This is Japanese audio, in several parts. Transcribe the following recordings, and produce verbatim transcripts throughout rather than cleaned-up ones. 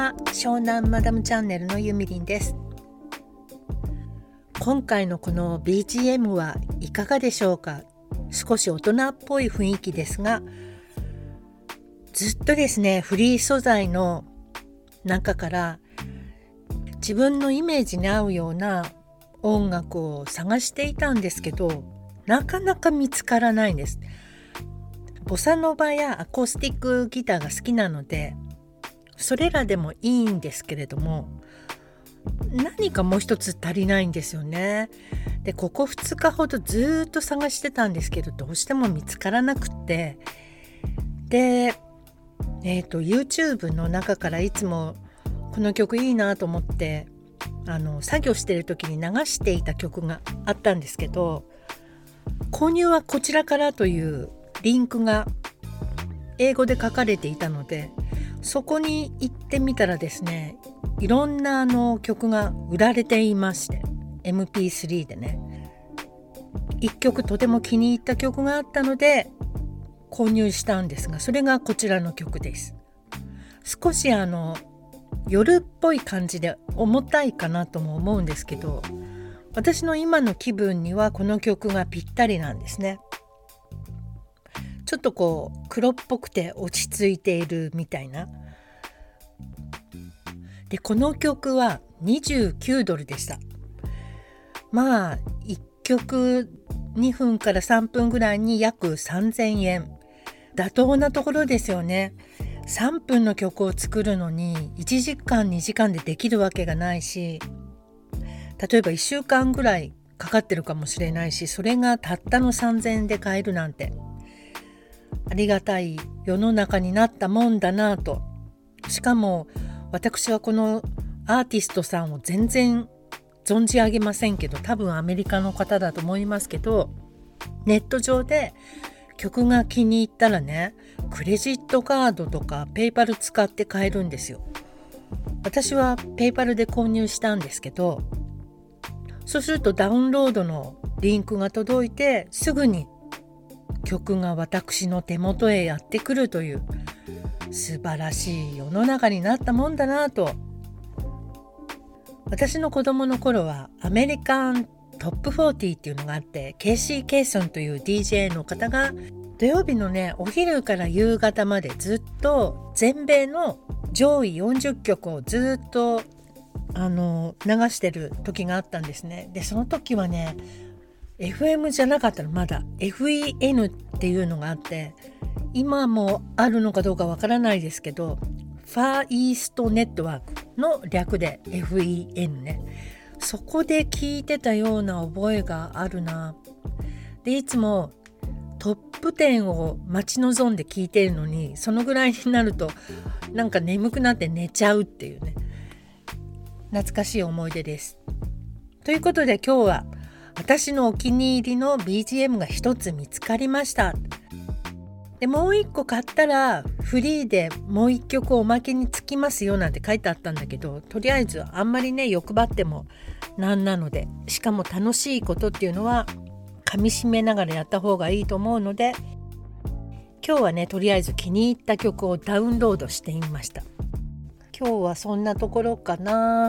は、湘南マダムチャンネルのゆみりんです。今回のこの ビージーエム はいかがでしょうか。少し大人っぽい雰囲気ですが、ずっとですねフリー素材の中から自分のイメージに合うような音楽を探していたんですけど、なかなか見つからないんです。ボサノバやアコースティックギターが好きなので、それらでもいいんですけれども、何かもう一つ足りないんですよね。でここふつかほどずっと探してたんですけど、どうしても見つからなくって、で、えーと、YouTube の中からいつもこの曲いいなと思ってあの作業してる時に流していた曲があったんですけど、購入はこちらからというリンクが英語で書かれていたので、そこに行ってみたらですね、いろんなあの曲が売られていまして、 エムピースリー でね、いっきょくとても気に入った曲があったので購入したんですが、それがこちらの曲です。少しあの夜っぽい感じで重たいかなとも思うんですけど、私の今の気分にはこの曲がぴったりなんですね。ちょっとこう黒っぽくて落ち着いているみたいな。でこの曲はにじゅうきゅうドルでした。まあいっきょくにふんからさんぷんぐらいに約さんぜんえん、妥当なところですよね。さんぷんの曲を作るのにいちじかんにじかんでできるわけがないし、例えばいっしゅうかんぐらいかかってるかもしれないし、それがたったのさんぜんえんで買えるなんてありがたい世の中になったもんだなと。しかも私はこのアーティストさんを全然存じ上げませんけど、多分アメリカの方だと思いますけど、ネット上で曲が気に入ったらね、クレジットカードとかペイパル使って買えるんですよ。私はペイパルで購入したんですけど、そうするとダウンロードのリンクが届いて、すぐに曲が私の手元へやってくるという素晴らしい世の中になったもんだなと。私の子供の頃はアメリカントップフォーティーっていうのがあって、ケイシー・ケイソンという ディージェー の方が土曜日のねお昼から夕方までずっと全米の上位よんじゅっきょくをずっとあの流してる時があったんですね。でその時はね エフエム じゃなかったの、まだ エフイーエヌ っていうのがあって、今もあるのかどうかわからないですけど、ファーイーストネットワークの略で エフイーエヌ ね。そこで聞いてたような覚えがあるな。でいつもトップじゅうを待ち望んで聞いているのに、そのぐらいになるとなんか眠くなって寝ちゃうっていうね、懐かしい思い出です。ということで今日は私のお気に入りの ビージーエム が一つ見つかりました。でもう一個買ったらフリーでもう一曲おまけにつきますよなんて書いてあったんだけど、とりあえずあんまりね欲張ってもなんなので、しかも楽しいことっていうのは噛み締めながらやった方がいいと思うので、今日はねとりあえず気に入った曲をダウンロードしてみました。今日はそんなところかな。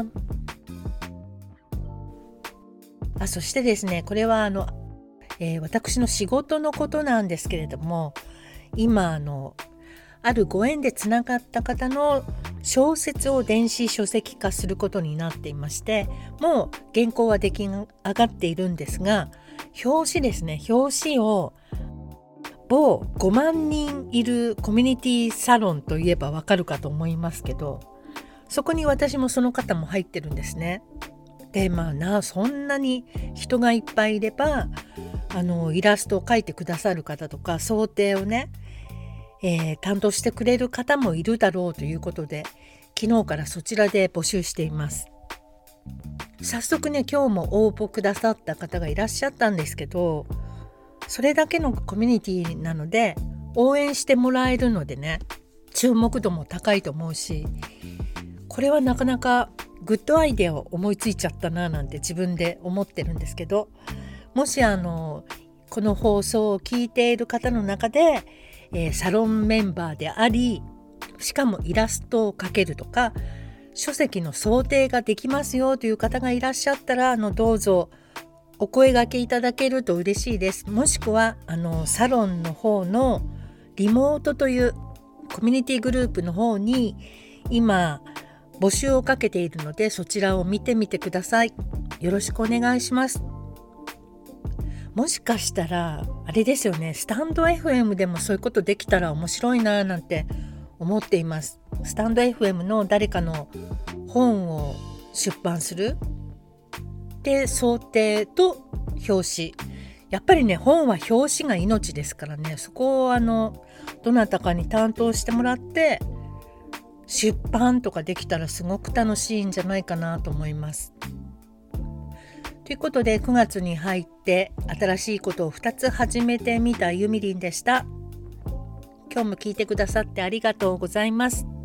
あ、そしてですね、これはあの、えー、私の仕事のことなんですけれども、今あのあるご縁でつながった方の小説を電子書籍化することになっていまして、もう原稿は出来上がっているんですが、表紙ですね、表紙を某ごまんにんいるコミュニティサロンといえばわかるかと思いますけど、そこに私もその方も入ってるんですね。でまあなそんなに人がいっぱいいれば、あのイラストを描いてくださる方とか想定をね、えー、担当してくれる方もいるだろうということで、昨日からそちらで募集しています。早速ね今日も応募くださった方がいらっしゃったんですけど、それだけのコミュニティなので応援してもらえるのでね、注目度も高いと思うし、これはなかなかグッドアイデアを思いついちゃったななんて自分で思ってるんですけど、もしあのこの放送を聞いている方の中で、えー、サロンメンバーであり、しかもイラストを描けるとか、 書籍の想定ができますよという方がいらっしゃったら、あのどうぞお声掛けいただけると嬉しいです。もしくはあのサロンの方のリモートというコミュニティグループの方に今募集をかけているので、そちらを見てみてください。よろしくお願いします。もしかしたらあれですよね、スタンド エフエム でもそういうことできたら面白いななんて思っています。スタンド エフエム の誰かの本を出版するで、想定と表紙、やっぱりね本は表紙が命ですからね、そこをあのどなたかに担当してもらって出版とかできたらすごく楽しいんじゃないかなと思います。ということでくがつに入って新しいことをふたつ始めてみたゆみりんでした。今日も聞いてくださってありがとうございます。